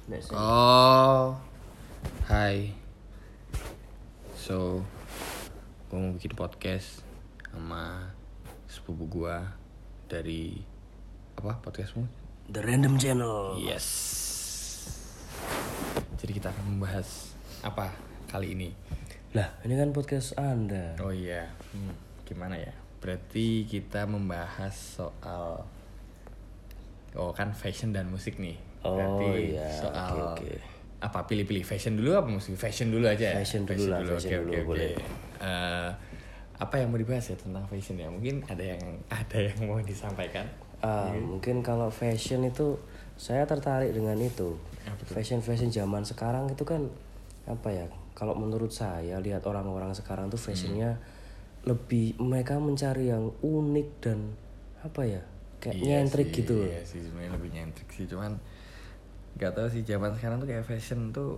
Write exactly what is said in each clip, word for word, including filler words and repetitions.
Oh, hai. So, gue mau bikin podcast sama sepupu gue dari apa podcastmu? The Random Channel. Yes. Jadi kita akan membahas apa kali ini? Lah, ini kan podcast Anda. Oh iya, hmm, gimana ya? Berarti kita membahas soal, oh kan fashion dan musik nih. Berarti Oh iya. soal Oke, oke. apa pilih-pilih fashion dulu apa musik? Fashion dulu aja ya. Fashion dulu lah, fashion Oke, dulu, oke, oke. boleh. Eh, apa yang mau dibahas ya tentang fashion ya? Mungkin ada yang ada yang mau disampaikan. Ah, mungkin kalau fashion itu saya tertarik dengan itu. Fashion-fashion zaman sekarang itu kan apa ya? Kalau menurut saya lihat orang-orang sekarang tuh fashionnya Hmm. lebih mereka mencari yang unik dan apa ya? Kayak Iya nyentrik sih, gitu. Iya sih sebenarnya lebih nyentrik sih, cuman nggak tahu sih zaman sekarang tuh kayak fashion tuh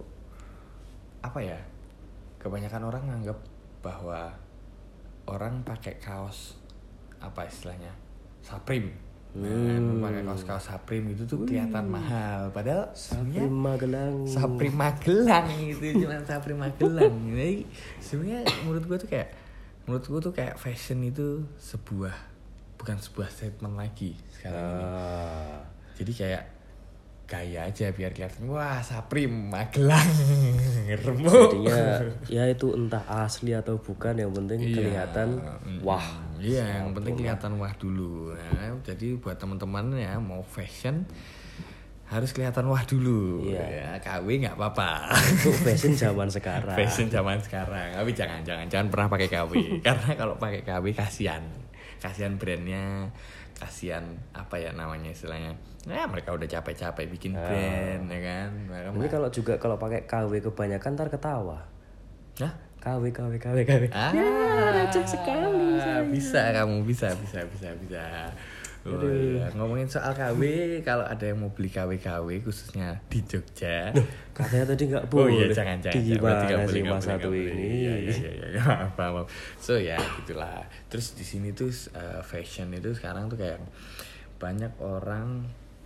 apa ya? Kebanyakan orang nganggap bahwa orang pakai kaos apa istilahnya Supreme, hmm. pakai kaos-kaos Supreme itu tuh kelihatan mahal, padahal Supreme Magelang. Supreme Magelang itu cuma Supreme Magelang. Jadi sebenarnya menurut gua tuh kayak menurut gua tuh kayak fashion itu sebuah bukan sebuah statement lagi sekarang ini. Ah. Jadi kayak gaya aja biar kelihatan wah Supreme Magelang remuk. Jadinya ya itu entah asli atau bukan, yang penting Iya, kelihatan mm, wah. Iya, yang penting kelihatan wah dulu. Nah, jadi buat teman-teman ya mau fashion harus kelihatan wah dulu. Iya. Ya, K W nggak apa-apa. Itu fashion zaman sekarang. Fashion zaman sekarang. Tapi jangan jangan jangan pernah pakai K W karena kalau pakai K W kasihan. Kasihan brandnya, kasihan apa ya namanya istilahnya. Nah, mereka udah capek-capek bikin brand ya kan. Mereka Ini kalau juga kalau pakai K W kebanyakan ntar ketawa. Hah? K W K W K W K W. Ah, ya, receh sekali saya. Bisa kamu bisa bisa bisa bisa. Oh, iya. Ngomongin soal K W, kalau ada yang mau beli K W K W khususnya di Jogja. Katanya tadi nggak Oh boleh. iya jangan jangan. Gimana Berarti nggak boleh, sih nggak mas boleh, satu nggak ini? boleh. Iya iya iya. iya. Maaf, maaf. So ya gitulah. Terus di sini tuh uh, fashion itu sekarang tuh kayak banyak orang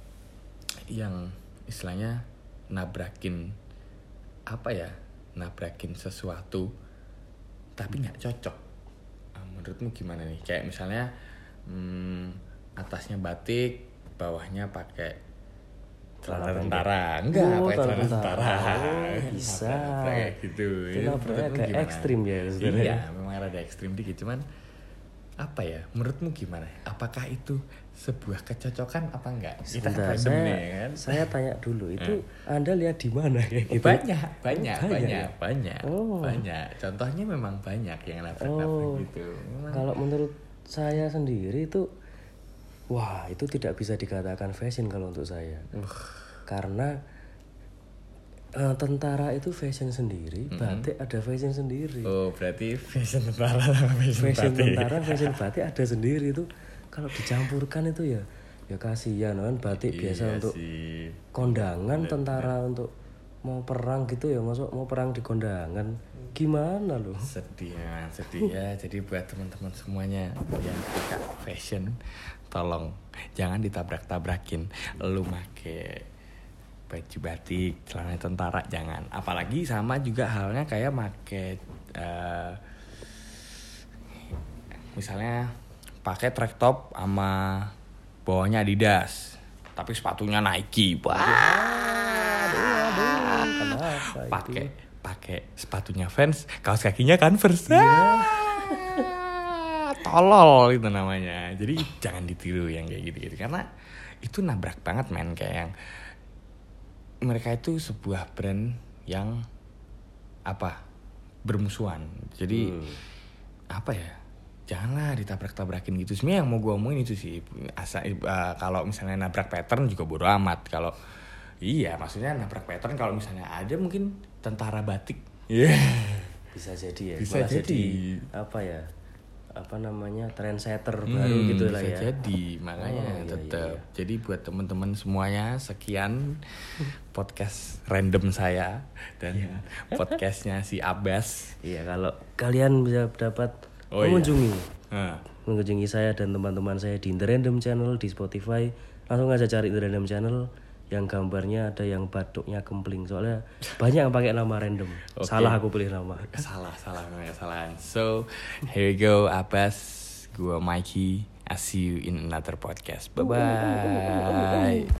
yang istilahnya nabrakin apa ya? Nabrakin sesuatu tapi nggak cocok. Uh, menurutmu gimana nih? Kayak misalnya Hmm, atasnya batik, bawahnya pakai celana tentara. Enggak, Oh, pakai celana tentara. Oh, bisa. Kayak gitu. Itu nabraknya agak ekstrim ya sebenarnya. Iya, memang rada ekstrim dikit, cuman apa ya? Menurutmu gimana? Apakah itu sebuah kecocokan apa enggak? Kita Sebentar, random saya, nih kan. saya tanya dulu, itu Anda lihat di mana kayak gitu? Banyak, banyak, Oh, banyak, ya? banyak, Oh. banyak. Contohnya memang banyak yang nabrak-nabrak Oh. gitu. Memang Kalau menurut saya sendiri itu, wah itu tidak bisa dikatakan fashion kalau untuk saya. Uh. Karena uh, tentara itu fashion sendiri, Mm-hmm. batik ada fashion sendiri. Oh, berarti fashion tentara sama fashion, Fashion batik. tentara, fashion batik ada sendiri itu. Kalau dicampurkan itu ya, ya kasihan kan. Batik biasa Iya untuk sih. kondangan, tentara untuk mau perang gitu ya, masuk mau perang di kondangan. Gimana loh? Sedih ya, sedih ya. Jadi buat teman-teman semuanya yang suka fashion, tolong jangan ditabrak-tabrakin. Lu make baju batik, celana tentara jangan. Apalagi sama juga halnya kayak make uh, misalnya pakai track top sama bawahnya Adidas, tapi sepatunya Nike. Wah. Kenapa Pakai itu? pakai sepatunya Vans, kaos kakinya Converse. Ah, tolol itu namanya. Jadi jangan ditiru yang kayak gitu-gitu karena itu nabrak banget men, kayak yang mereka itu sebuah brand yang apa? Bermusuhan. Jadi Hmm. apa ya? Janganlah ditabrak-tabrakin gitu. Sebenarnya yang mau gue omongin itu sih, asa, uh, kalau misalnya nabrak pattern juga bodo amat. Kalau iya, maksudnya nabrak pattern kalau misalnya ada mungkin tentara batik. Iya. Yeah. Bisa jadi ya. Bisa Malah jadi. apa ya? Apa namanya? Trendsetter Hmm, baru gitu lah bisa ya. jadi, makanya Oh, iya, tetap. iya, iya. Jadi buat teman-teman semuanya, sekian podcast random saya dan Iya. podcastnya si Abbas. Iya, kalau kalian bisa dapat Oh, mengunjungi Nah, mengunjungi saya dan teman-teman saya di The Random Channel di Spotify, langsung aja cari The Random Channel. yang gambarnya ada yang batuknya kempling. Soalnya banyak yang pakai nama random. Okay. Salah aku pilih nama. Salah, salah, nggak kesalahan. So, here we go, Abbas. Gua Mikey. I see you in another podcast. Bye bye.